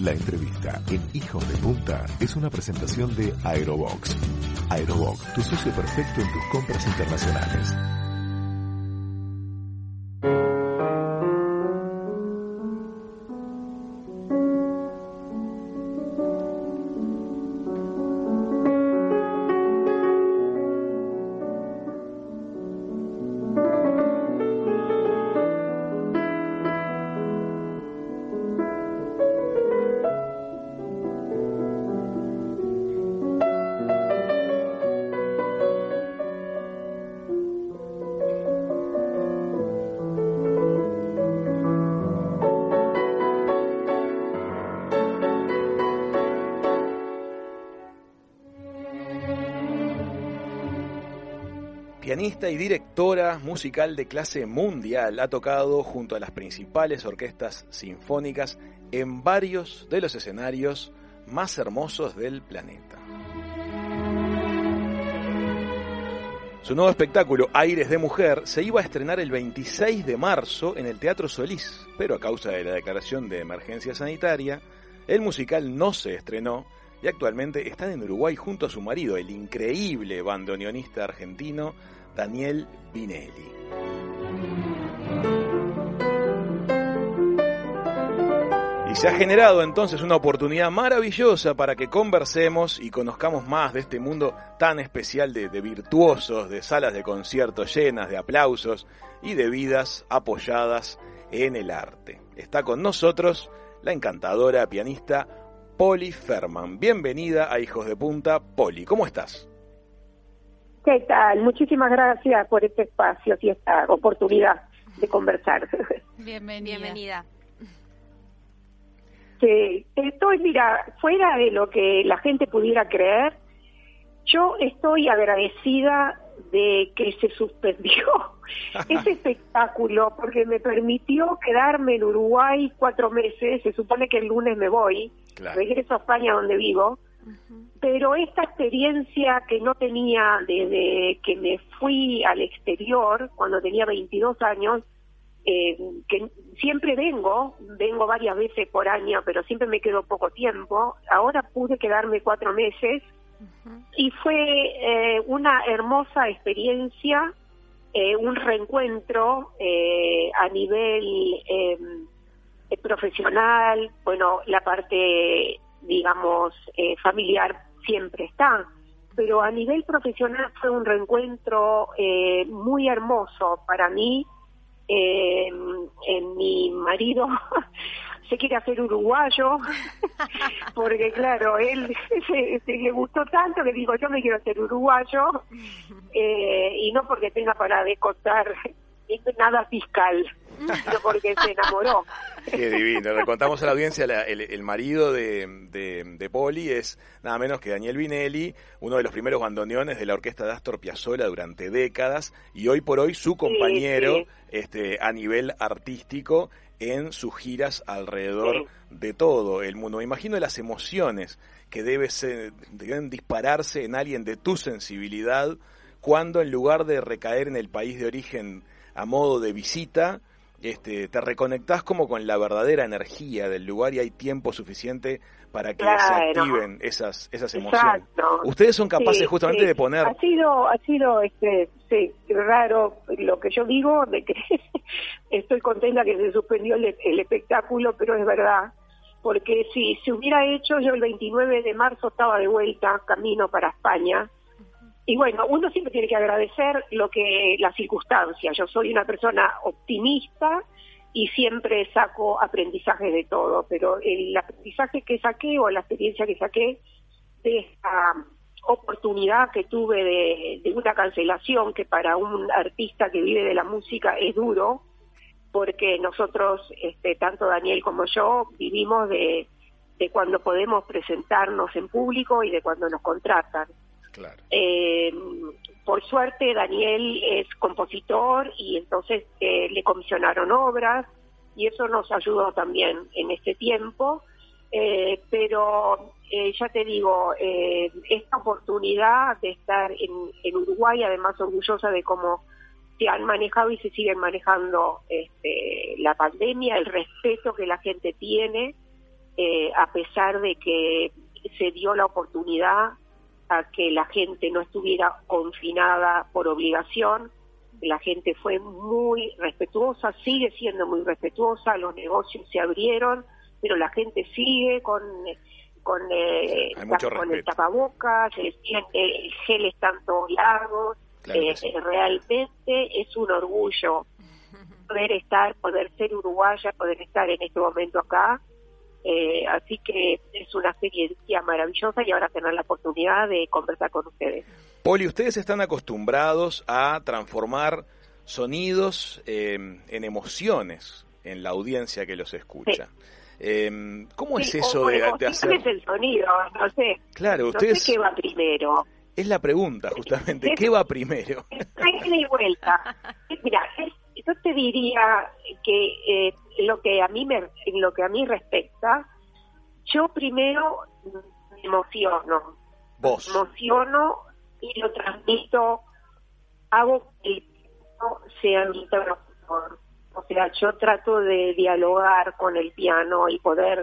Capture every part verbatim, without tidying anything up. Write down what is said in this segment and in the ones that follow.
La entrevista en Hijos de Punta es una presentación de Aerobox. Aerobox, tu socio perfecto en tus compras internacionales. Pianista y directora musical de clase mundial, ha tocado junto a las principales orquestas sinfónicas en varios de los escenarios más hermosos del planeta. Su nuevo espectáculo, Aires de Mujer, se iba a estrenar el veintiséis de marzo en el Teatro Solís, pero a causa de la declaración de emergencia sanitaria, el musical no se estrenó y actualmente están en Uruguay junto a su marido, el increíble bandoneonista argentino Daniel Vinelli. Y se ha generado entonces una oportunidad maravillosa para que conversemos y conozcamos más de este mundo tan especial de, de virtuosos, de salas de conciertos llenas de aplausos y de vidas apoyadas en el arte. Está con nosotros la encantadora pianista Poli Ferman. Bienvenida a Hijos de Punta. Poli, ¿cómo estás? ¿Qué tal? Muchísimas gracias por este espacio y esta oportunidad de conversar. Bienvenida. Bienvenida. Sí, estoy, mira, fuera de lo que la gente pudiera creer, yo estoy agradecida de que se suspendió ese espectáculo porque me permitió quedarme en Uruguay cuatro meses. Se supone que el lunes me voy, claro. Regreso a España donde vivo, uh-huh. Pero esta experiencia que no tenía desde que me fui al exterior cuando tenía veintidós años, eh, que siempre vengo, vengo varias veces por año, pero siempre me quedo poco tiempo. Ahora pude quedarme cuatro meses. Uh-huh. Y fue eh, una hermosa experiencia, eh, un reencuentro eh, a nivel eh, profesional. Bueno, la parte, digamos, eh, familiar siempre está, pero a nivel profesional fue un reencuentro eh, muy hermoso para mí. Eh, eh, mi marido se quiere hacer uruguayo, porque claro, él se, se le gustó tanto que digo, yo me quiero hacer uruguayo, eh, y no porque tenga para descontar nada fiscal, sino porque se enamoró. Qué divino. Le contamos a la audiencia, la, el, el marido de, de, de Poli es nada menos que Daniel Vinelli, uno de los primeros bandoneones de la orquesta de Astor Piazzolla durante décadas, y hoy por hoy su compañero sí, sí. Este, a nivel artístico en sus giras alrededor sí. de todo el mundo. Me imagino las emociones que debe ser, deben dispararse en alguien de tu sensibilidad cuando en lugar de recaer en el país de origen a modo de visita, este, te reconectás como con la verdadera energía del lugar y hay tiempo suficiente para que claro. se activen esas esas emociones. Exacto. Ustedes son capaces sí, justamente sí. de poner... Ha sido, ha sido este, sí, raro lo que yo digo, de que estoy contenta que se suspendió el, el espectáculo, pero es verdad, porque si se hubiera hecho, yo el veintinueve de marzo estaba de vuelta, camino para España. Y bueno, uno siempre tiene que agradecer lo que las circunstancias. Yo soy una persona optimista y siempre saco aprendizaje de todo, pero el aprendizaje que saqué o la experiencia que saqué de esta oportunidad que tuve de, de una cancelación que para un artista que vive de la música es duro, porque nosotros, este, tanto Daniel como yo, vivimos de, de cuando podemos presentarnos en público y de cuando nos contratan. Claro. Eh, por suerte Daniel es compositor y entonces eh, le comisionaron obras y eso nos ayudó también en este tiempo, eh, pero eh, ya te digo, eh, esta oportunidad de estar en, en Uruguay, además orgullosa de cómo se han manejado y se siguen manejando este, la pandemia, el respeto que la gente tiene, eh, a pesar de que se dio la oportunidad a que la gente no estuviera confinada por obligación. La gente fue muy respetuosa, sigue siendo muy respetuosa, los negocios se abrieron, pero la gente sigue con con, eh, sí, con el tapabocas, el, el gel está en todos lados. Claro eh, sí. Realmente es un orgullo poder estar, poder ser uruguaya, poder estar en este momento acá. Eh, así que es una experiencia maravillosa y ahora tener la oportunidad de conversar con ustedes. Poli, ustedes están acostumbrados a transformar sonidos eh, en emociones en la audiencia que los escucha. Sí. Eh, ¿Cómo sí, es eso de, de hacer? Es el sonido, no sé. Claro, no ustedes... sé qué va primero. Es la pregunta, justamente. ¿Qué va primero? Hay de vuelta. Mira, yo te diría que eh, lo que a mí me, lo que a mí respecta, yo primero me emociono. Vos. Me emociono y lo transmito, hago que el piano sea mi interlocutor. O sea, yo trato de dialogar con el piano y poder...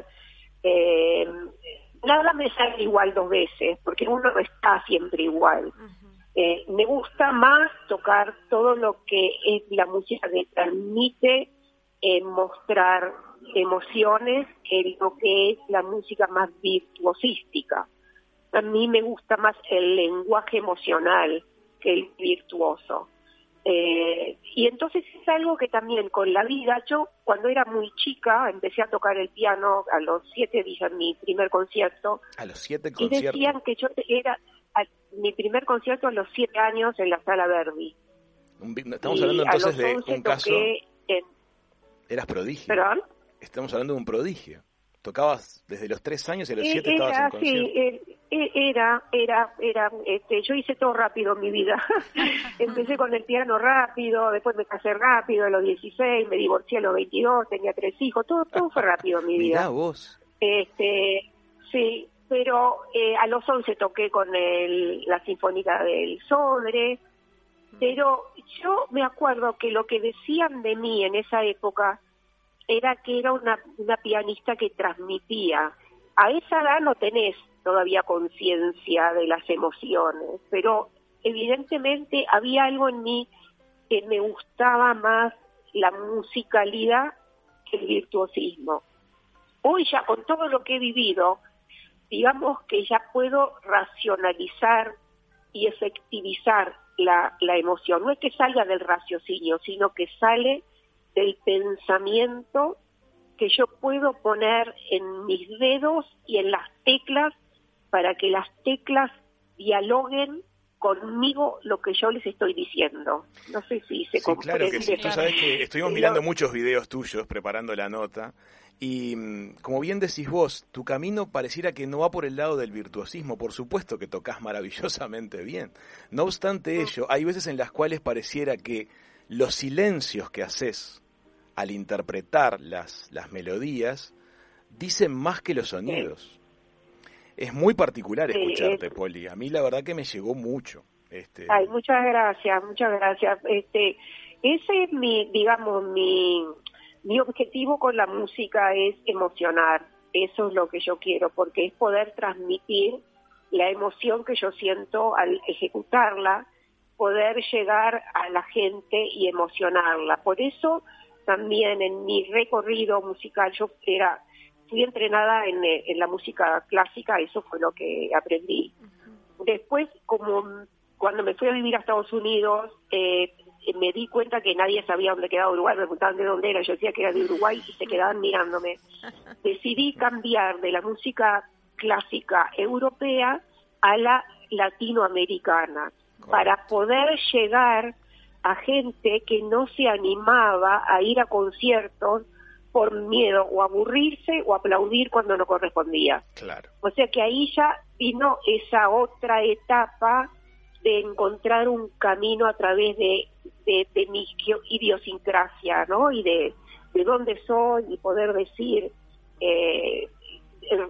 Eh, nada me sale igual dos veces, porque uno no está siempre igual. Uh-huh. Eh, me gusta más tocar todo lo que es la música que transmite, eh, mostrar emociones, que lo que es la música más virtuosística. A mí me gusta más el lenguaje emocional que el virtuoso. Eh, y entonces es algo que también con la vida, yo cuando era muy chica empecé a tocar el piano, a los siete dije mi primer concierto. A los siete conciertos. Y decían que yo era a, mi primer concierto a los siete años en la Sala Verdi. Estamos hablando y entonces de un caso... En... Eras prodigio. ¿Perdón? Estamos hablando de un prodigio. Tocabas desde los tres años y a los siete era, estabas en concierto. Sí, era, era, era, este, yo hice todo rápido en mi vida. Empecé con el piano rápido, después me casé rápido a los dieciséis, me divorcié a los veintidós, tenía tres hijos, todo, todo fue rápido en mi vida. Mirá vos. Este, sí, pero eh, a los once toqué con el, la Sinfónica del Sodre, pero yo me acuerdo que lo que decían de mí en esa época era que era una, una pianista que transmitía. A esa edad no tenés todavía conciencia de las emociones, pero evidentemente había algo en mí que me gustaba más la musicalidad que el virtuosismo. Hoy ya con todo lo que he vivido, digamos que ya puedo racionalizar y efectivizar la, la emoción. No es que salga del raciocinio, sino que sale del pensamiento que yo puedo poner en mis dedos y en las teclas para que las teclas dialoguen conmigo lo que yo les estoy diciendo. No sé si se sí, comprende. Claro que sí. Tú sabes que estuvimos mirando muchos videos tuyos preparando la nota y como bien decís vos, tu camino pareciera que no va por el lado del virtuosismo. Por supuesto que tocas maravillosamente bien. No obstante ello, hay veces en las cuales pareciera que los silencios que haces al interpretar las, las melodías, dicen más que los sonidos. Sí. Es muy particular escucharte, sí, es... Poli. A mí la verdad que me llegó mucho. Este... Ay, muchas gracias, muchas gracias. Este, ese es mi, digamos, mi, mi objetivo con la música es emocionar. Eso es lo que yo quiero, porque es poder transmitir la emoción que yo siento al ejecutarla, poder llegar a la gente y emocionarla. Por eso también en mi recorrido musical yo era fui entrenada en, en la música clásica, eso fue lo que aprendí. Uh-huh. Después, como cuando me fui a vivir a Estados Unidos, eh, me di cuenta que nadie sabía dónde quedaba Uruguay, me preguntaban de dónde era, yo decía que era de Uruguay y se quedaban mirándome. Decidí cambiar de la música clásica europea a la latinoamericana, correcto, para poder llegar a gente que no se animaba a ir a conciertos por miedo o aburrirse o aplaudir cuando no correspondía. Claro. O sea que ahí ya vino esa otra etapa de encontrar un camino a través de, de, de mi idiosincrasia, ¿no? Y de, de dónde soy y poder decir, eh, eh,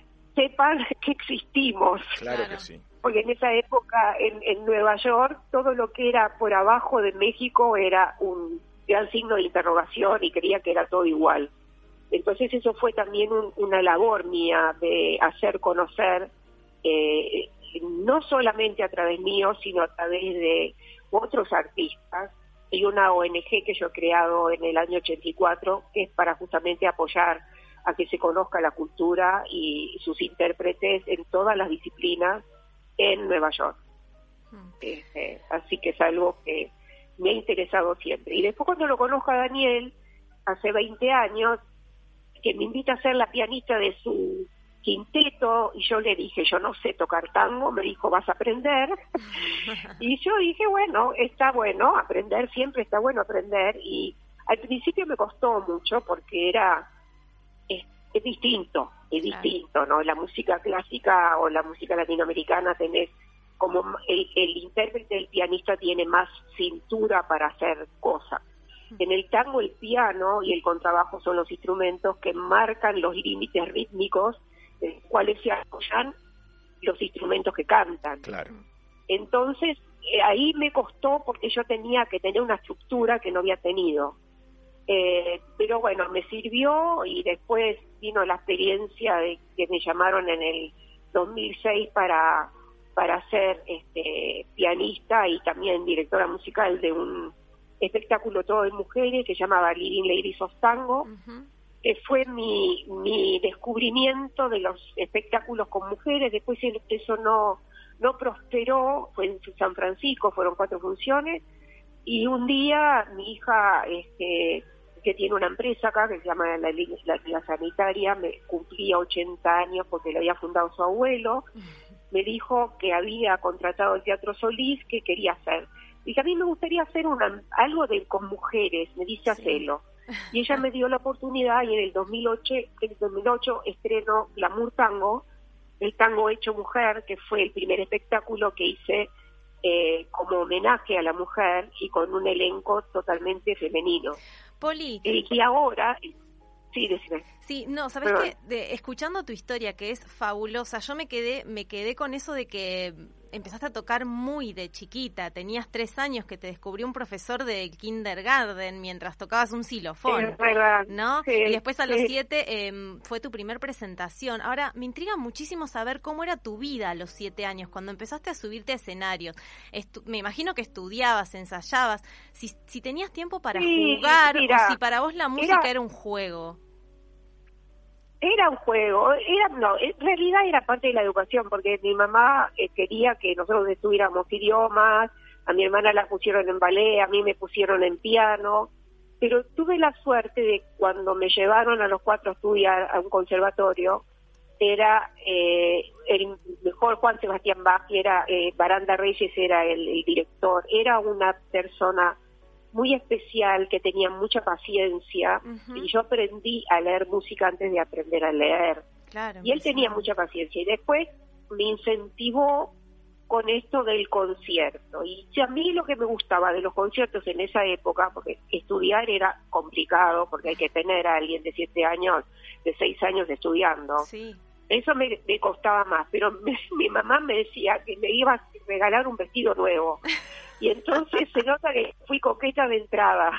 sepan que existimos. Claro que sí. Porque en esa época en, en Nueva York todo lo que era por abajo de México era un gran signo de interrogación y creía que era todo igual. Entonces eso fue también un, una labor mía de hacer conocer, eh, no solamente a través mío, sino a través de otros artistas. Hay una O N G que yo he creado en el año ochenta y cuatro, que es para justamente apoyar a que se conozca la cultura y sus intérpretes en todas las disciplinas en Nueva York. Mm. Este, así que es algo que me ha interesado siempre. Y después cuando lo conozco a Daniel, hace veinte años, que me invita a ser la pianista de su quinteto, y yo le dije, yo no sé tocar tango, me dijo, vas a aprender. Y yo dije, bueno, está bueno, aprender, siempre está bueno aprender. Y al principio me costó mucho porque era, es, es distinto, es distinto, ¿no? La música clásica o la música latinoamericana tenés como el, el intérprete, el pianista tiene más cintura para hacer cosas. En el tango el piano y el contrabajo son los instrumentos que marcan los límites rítmicos en los cuales se apoyan los instrumentos que cantan. Claro. Entonces, eh, ahí me costó porque yo tenía que tener una estructura que no había tenido. Eh, pero bueno, me sirvió, y después vino la experiencia de que me llamaron en el dos mil seis para, para ser este, pianista y también directora musical de un espectáculo todo de mujeres que se llamaba Living Ladies of Tango. Uh-huh. Que fue mi, mi descubrimiento de los espectáculos con mujeres. Después eso no, no prosperó, fue en San Francisco, fueron cuatro funciones, y un día mi hija, este, que tiene una empresa acá, que se llama La Liga la, Sanitaria, me cumplía ochenta años porque lo había fundado su abuelo, me dijo que había contratado el Teatro Solís, que quería hacer. Dije, a mí me gustaría hacer una, algo de con mujeres, me dice, sí. Hacelo. Y ella me dio la oportunidad, y en el dos mil ocho, en el dos mil ocho estrenó Glamour Tango, el tango hecho mujer, que fue el primer espectáculo que hice eh, como homenaje a la mujer y con un elenco totalmente femenino. Poli. Y, y ahora, sí, decime. Sí, no, ¿sabes qué? De, escuchando tu historia, que es fabulosa, yo me quedé, me quedé con eso de que empezaste a tocar muy de chiquita. Tenías tres años que te descubrió un profesor de kindergarten mientras tocabas un xilofón, es verdad, ¿no? Sí, y después a los sí. siete eh, fue tu primer presentación. Ahora, me intriga muchísimo saber cómo era tu vida a los siete años, cuando empezaste a subirte a escenarios. Estu- me imagino que estudiabas, ensayabas, si, si tenías tiempo para sí, jugar, mira, o si para vos la música era, era un juego. Era un juego, era no, en realidad era parte de la educación, porque mi mamá eh, quería que nosotros estuviéramos idiomas, a mi hermana la pusieron en ballet, a mí me pusieron en piano, pero tuve la suerte de cuando me llevaron a los cuatro a estudiar a un conservatorio, era eh, el mejor Juan Sebastián Bach, y era eh, Baranda Reyes era el, el director, era una persona muy especial, que tenía mucha paciencia, uh-huh. y yo aprendí a leer música antes de aprender a leer. Claro, y él tenía mucha paciencia, y después me incentivó con esto del concierto. Y a mí lo que me gustaba de los conciertos en esa época, porque estudiar era complicado, porque hay que tener a alguien de siete años, de seis años estudiando. Sí. Eso me, me costaba más, pero me, mi mamá me decía que me iba a regalar un vestido nuevo. Y entonces se nota que fui coqueta de entrada.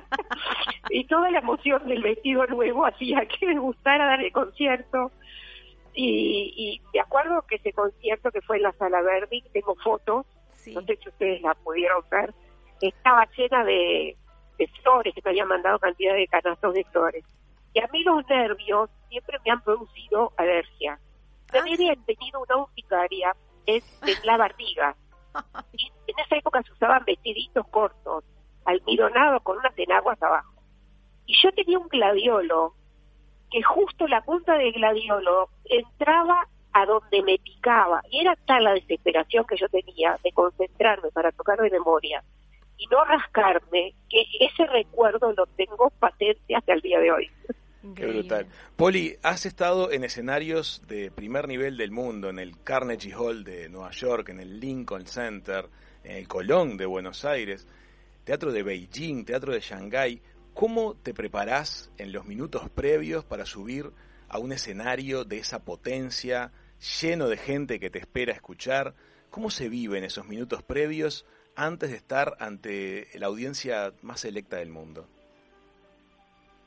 Y toda la emoción del vestido nuevo hacía que me gustara dar el concierto. Y, y me acuerdo que ese concierto, que fue en la Sala Verdi, tengo fotos, sí. No sé si ustedes la pudieron ver, estaba llena de, de flores, que me habían mandado cantidad de canastos de flores. Y a mí los nervios siempre me han producido alergia. También ah, sí. he tenido una urticaria en, en la barriga. Y en esa época se usaban vestiditos cortos, almidonados con unas enaguas abajo. Y yo tenía un gladiolo, que justo la punta del gladiolo entraba a donde me picaba. Y era tal la desesperación que yo tenía de concentrarme para tocar de memoria y no rascarme, que ese recuerdo lo tengo patente hasta el día de hoy. Qué brutal. Poli, has estado en escenarios de primer nivel del mundo, en el Carnegie Hall de Nueva York, en el Lincoln Center, en el Colón de Buenos Aires, teatro de Beijing, teatro de Shanghái. ¿Cómo te preparás en los minutos previos para subir a un escenario de esa potencia, lleno de gente que te espera escuchar? ¿Cómo se viven esos minutos previos antes de estar ante la audiencia más selecta del mundo?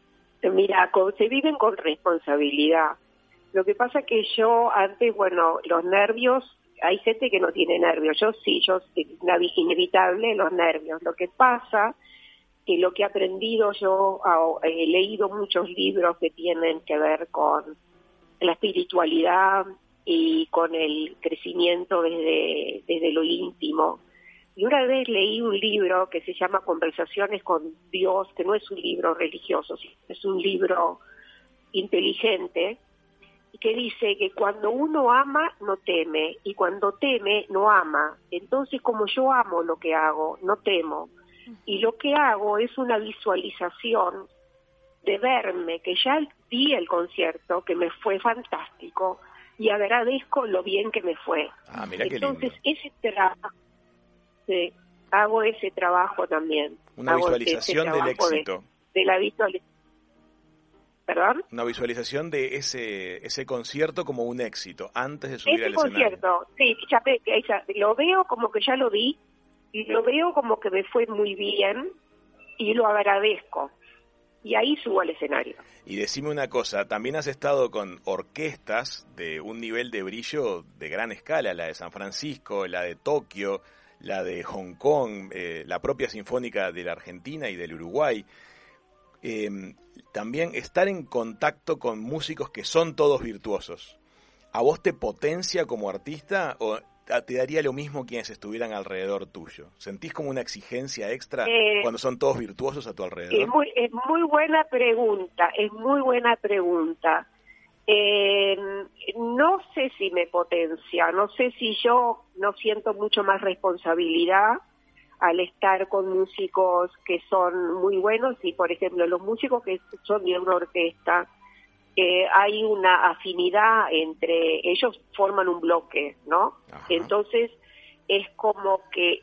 Mira, con, se viven con responsabilidad. Lo que pasa que yo antes, bueno, los nervios, hay gente que no tiene nervios, yo sí, yo es inevitable los nervios. Lo que pasa que lo que he aprendido yo, he leído muchos libros que tienen que ver con la espiritualidad y con el crecimiento desde, desde lo íntimo. Y una vez leí un libro que se llama Conversaciones con Dios, que no es un libro religioso, es un libro inteligente, que dice que cuando uno ama, no teme, y cuando teme, no ama. Entonces, como yo amo lo que hago, no temo. Y lo que hago es una visualización de verme, que ya vi el concierto, que me fue fantástico, y agradezco lo bien que me fue. Ah, mira qué Entonces, lindo. ese trabajo, sí, hago ese trabajo también. Una hago visualización del éxito. De, de la visualización. ¿Perdón? Una visualización de ese ese concierto como un éxito, antes de subir ese al escenario. Concierto, sí, ya, ya, lo veo como que ya lo vi, y lo veo como que me fue muy bien, y lo agradezco. Y ahí subo al escenario. Y decime una cosa, también has estado con orquestas de un nivel de brillo de gran escala, la de San Francisco, la de Tokio, la de Hong Kong, eh, la propia Sinfónica de la Argentina y del Uruguay. Eh, también estar en contacto con músicos que son todos virtuosos. ¿A vos te potencia como artista o te daría lo mismo quienes estuvieran alrededor tuyo? ¿Sentís como una exigencia extra eh, cuando son todos virtuosos a tu alrededor? Es muy, es muy buena pregunta, es muy buena pregunta. Eh, no sé si me potencia, no sé si yo no siento mucho más responsabilidad al estar con músicos que son muy buenos, y por ejemplo los músicos que son de una orquesta, eh, hay una afinidad entre ellos, forman un bloque, ¿no? Ajá. Entonces es como que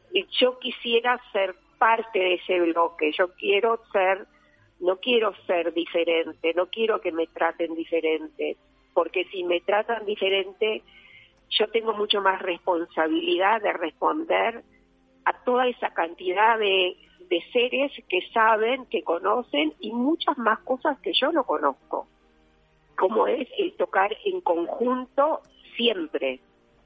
yo quisiera ser parte de ese bloque, yo quiero ser, no quiero ser diferente, no quiero que me traten diferente, porque si me tratan diferente, yo tengo mucho más responsabilidad de responder a toda esa cantidad de, de seres que saben, que conocen, y muchas más cosas que yo no conozco, como es el tocar en conjunto siempre.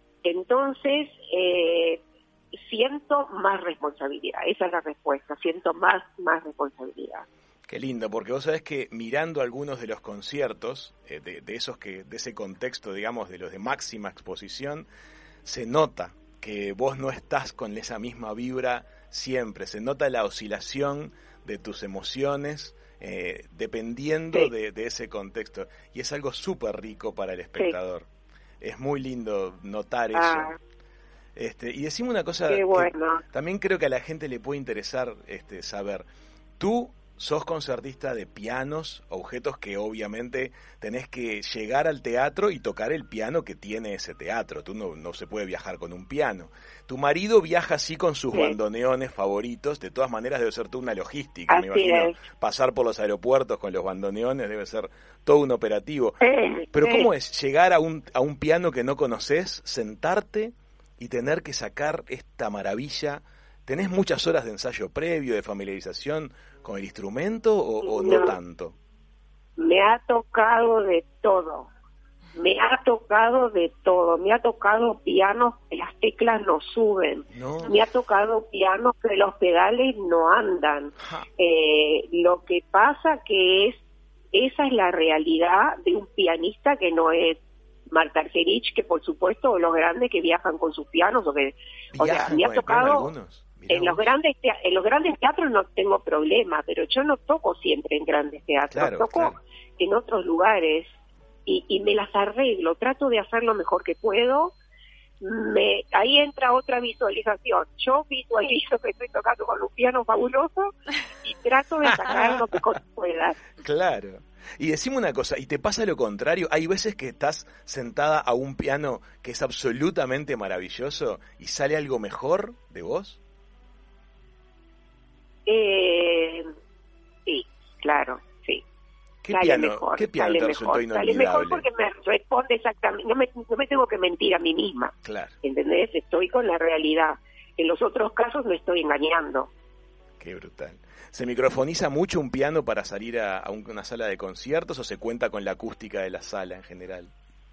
Entonces, eh, siento más responsabilidad, esa es la respuesta, siento más, más responsabilidad. Qué lindo, porque vos sabés que mirando algunos de los conciertos, eh, de, de esos que, de ese contexto, digamos, de los de máxima exposición, se nota que vos no estás con esa misma vibra siempre, se nota la oscilación de tus emociones eh, dependiendo sí. de, de ese contexto, y es algo súper rico para el espectador. Sí. Es muy lindo notar ah. eso. Este, y decime una cosa Qué bueno. que también creo que a la gente le puede interesar este, saber. Tú sos concertista de pianos, objetos que obviamente tenés que llegar al teatro y tocar el piano que tiene ese teatro. Tú no, no se puede viajar con un piano. Tu marido viaja así con sus sí. bandoneones favoritos. De todas maneras debe ser toda una logística. Así me imagino es. Pasar por los aeropuertos con los bandoneones debe ser todo un operativo. Sí, Pero sí. ¿cómo es llegar a un, a un piano que no conoces, sentarte y tener que sacar esta maravilla? ¿Tenés muchas horas de ensayo previo, de familiarización con el instrumento o, o no, no tanto? Me ha tocado de todo, me ha tocado de todo, me ha tocado pianos que las teclas no suben, no. me ha tocado pianos que los pedales no andan. Eh, lo que pasa que es, esa es la realidad de un pianista que no es Marta Argerich, que por supuesto los grandes que viajan con sus pianos, o que, o sea, me ha tocado... En los grandes te- en los grandes teatros no tengo problema, pero yo no toco siempre en grandes teatros, claro, toco claro. en otros lugares y, y me las arreglo, trato de hacer lo mejor que puedo. Me, ahí entra otra visualización. Yo visualizo que estoy tocando con un piano fabuloso y trato de sacar lo mejor que pueda. Claro. Y decime una cosa, ¿y te pasa lo contrario? Hay veces que estás sentada a un piano que es absolutamente maravilloso y sale algo mejor de vos. Eh, sí, claro, sí. ¿Qué sale piano, mejor, ¿qué piano sale te resultó mejor, inolvidable? Sale mejor porque me responde exactamente, no me, no me tengo que mentir a mí misma. Claro. ¿Entendés? Estoy con la realidad. En los otros casos me estoy engañando. Qué brutal. ¿Se microfoniza mucho un piano para salir a, a una sala de conciertos o se cuenta con la acústica de la sala en general?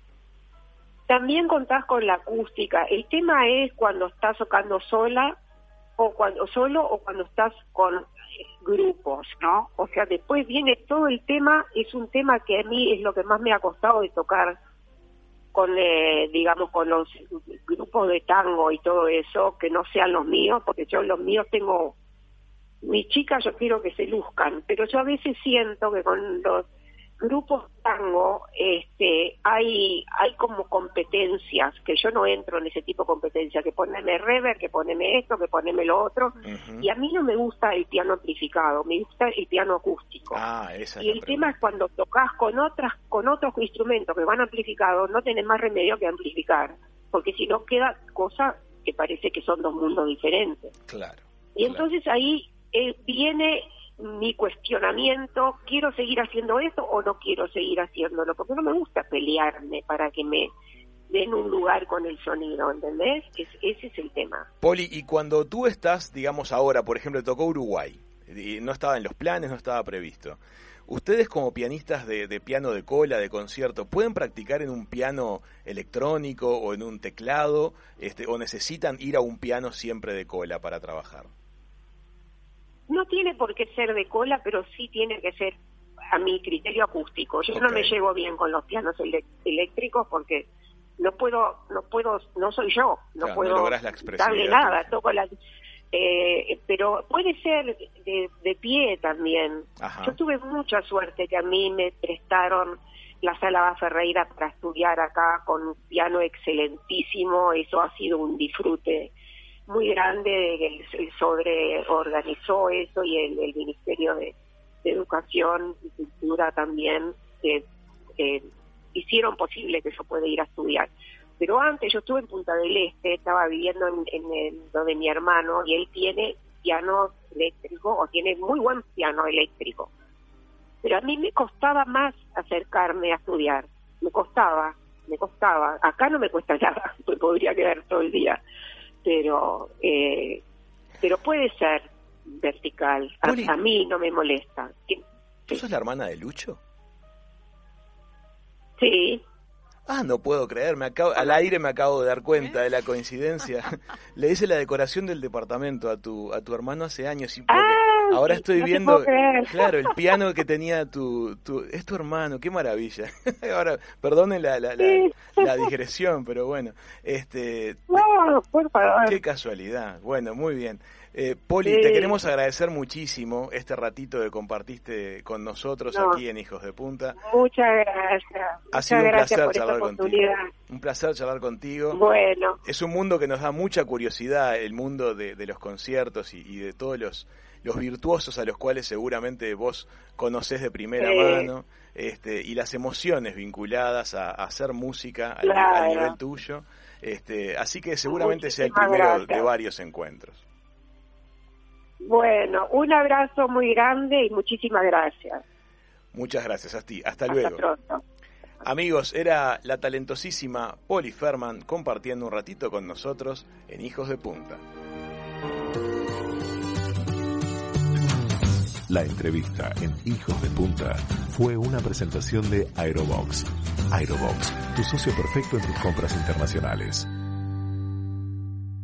También contás con la acústica. El tema es cuando estás tocando sola o cuando solo o cuando estás con grupos, ¿no? O sea, después viene todo el tema, es un tema que a mí es lo que más me ha costado de tocar con, eh, digamos, con los grupos de tango y todo eso, que no sean los míos, porque yo los míos tengo, mis chicas yo quiero que se luzcan, pero yo a veces siento que con los grupos tango este hay hay como competencias que yo no entro en ese tipo de competencias, que poneme reverb, que poneme esto, que poneme lo otro, uh-huh. Y a mí no me gusta el piano amplificado, me gusta el piano acústico. Ah, esa y es el la tema es cuando tocas con otras con otros instrumentos que van amplificados, no tenés más remedio que amplificar, porque si no queda cosa que parece que son dos mundos diferentes. Claro. Y entonces claro. ahí eh, viene mi cuestionamiento, ¿quiero seguir haciendo esto o no quiero seguir haciéndolo? Porque no me gusta pelearme para que me den un lugar con el sonido, ¿entendés? Es, ese es el tema. Poli, y cuando tú estás, digamos ahora, por ejemplo, tocó Uruguay, y no estaba en los planes, no estaba previsto. ¿Ustedes como pianistas de, de piano de cola, de concierto, pueden practicar en un piano electrónico o en un teclado, este, o necesitan ir a un piano siempre de cola para trabajar? No tiene por qué ser de cola, pero sí tiene que ser, a mi criterio, acústico. Yo okay. no me llevo bien con los pianos ele- eléctricos porque no puedo, no puedo, no soy yo, no claro, puedo no la darle nada, toco la, eh, pero puede ser de, de pie también. Ajá. Yo tuve mucha suerte que a mí me prestaron la Sala Ferreira para estudiar acá con un piano excelentísimo, eso ha sido un disfrute muy grande. El, el Sodre organizó eso y el, el Ministerio de, de Educación y Cultura también que eh, hicieron posible que yo pueda ir a estudiar. Pero antes yo estuve en Punta del Este, estaba viviendo en, en el, lo de mi hermano y él tiene piano eléctrico o tiene muy buen piano eléctrico. Pero a mí me costaba más acercarme a estudiar, me costaba, me costaba. Acá no me cuesta nada, me podría quedar todo el día. Pero eh, pero puede ser vertical. A, a mí no me molesta. ¿Tú sos la hermana de Lucho? Sí. Ah, no puedo creer, me acabo, al aire me acabo de dar cuenta de la coincidencia. Le hice la decoración del departamento a tu a tu hermano hace años y porque ah, ahora estoy no viendo, claro, el piano que tenía tu, tu es tu hermano, qué maravilla. Ahora, perdonen la la, sí. la la digresión, pero bueno, este no, por favor. Qué casualidad. Bueno, muy bien. Eh, Poli, sí. te queremos agradecer muchísimo este ratito que compartiste con nosotros no. aquí en Hijos de Punta. Muchas gracias. Ha Muchas sido un gracias placer por charlar esta contigo. Un placer charlar contigo. Bueno. Es un mundo que nos da mucha curiosidad, el mundo de, de los conciertos y, y de todos los, los virtuosos a los cuales seguramente vos conocés de primera sí. mano, este, y las emociones vinculadas a, a hacer música al, claro. al nivel tuyo. Este, así que seguramente Muchísimas sea el primero gracias. de varios encuentros. Bueno, un abrazo muy grande y muchísimas gracias. Muchas gracias a ti. Hasta, Hasta luego. Pronto. Amigos, era la talentosísima Poli Ferman compartiendo un ratito con nosotros en Hijos de Punta. La entrevista en Hijos de Punta fue una presentación de Aerobox. Aerobox, tu socio perfecto en tus compras internacionales.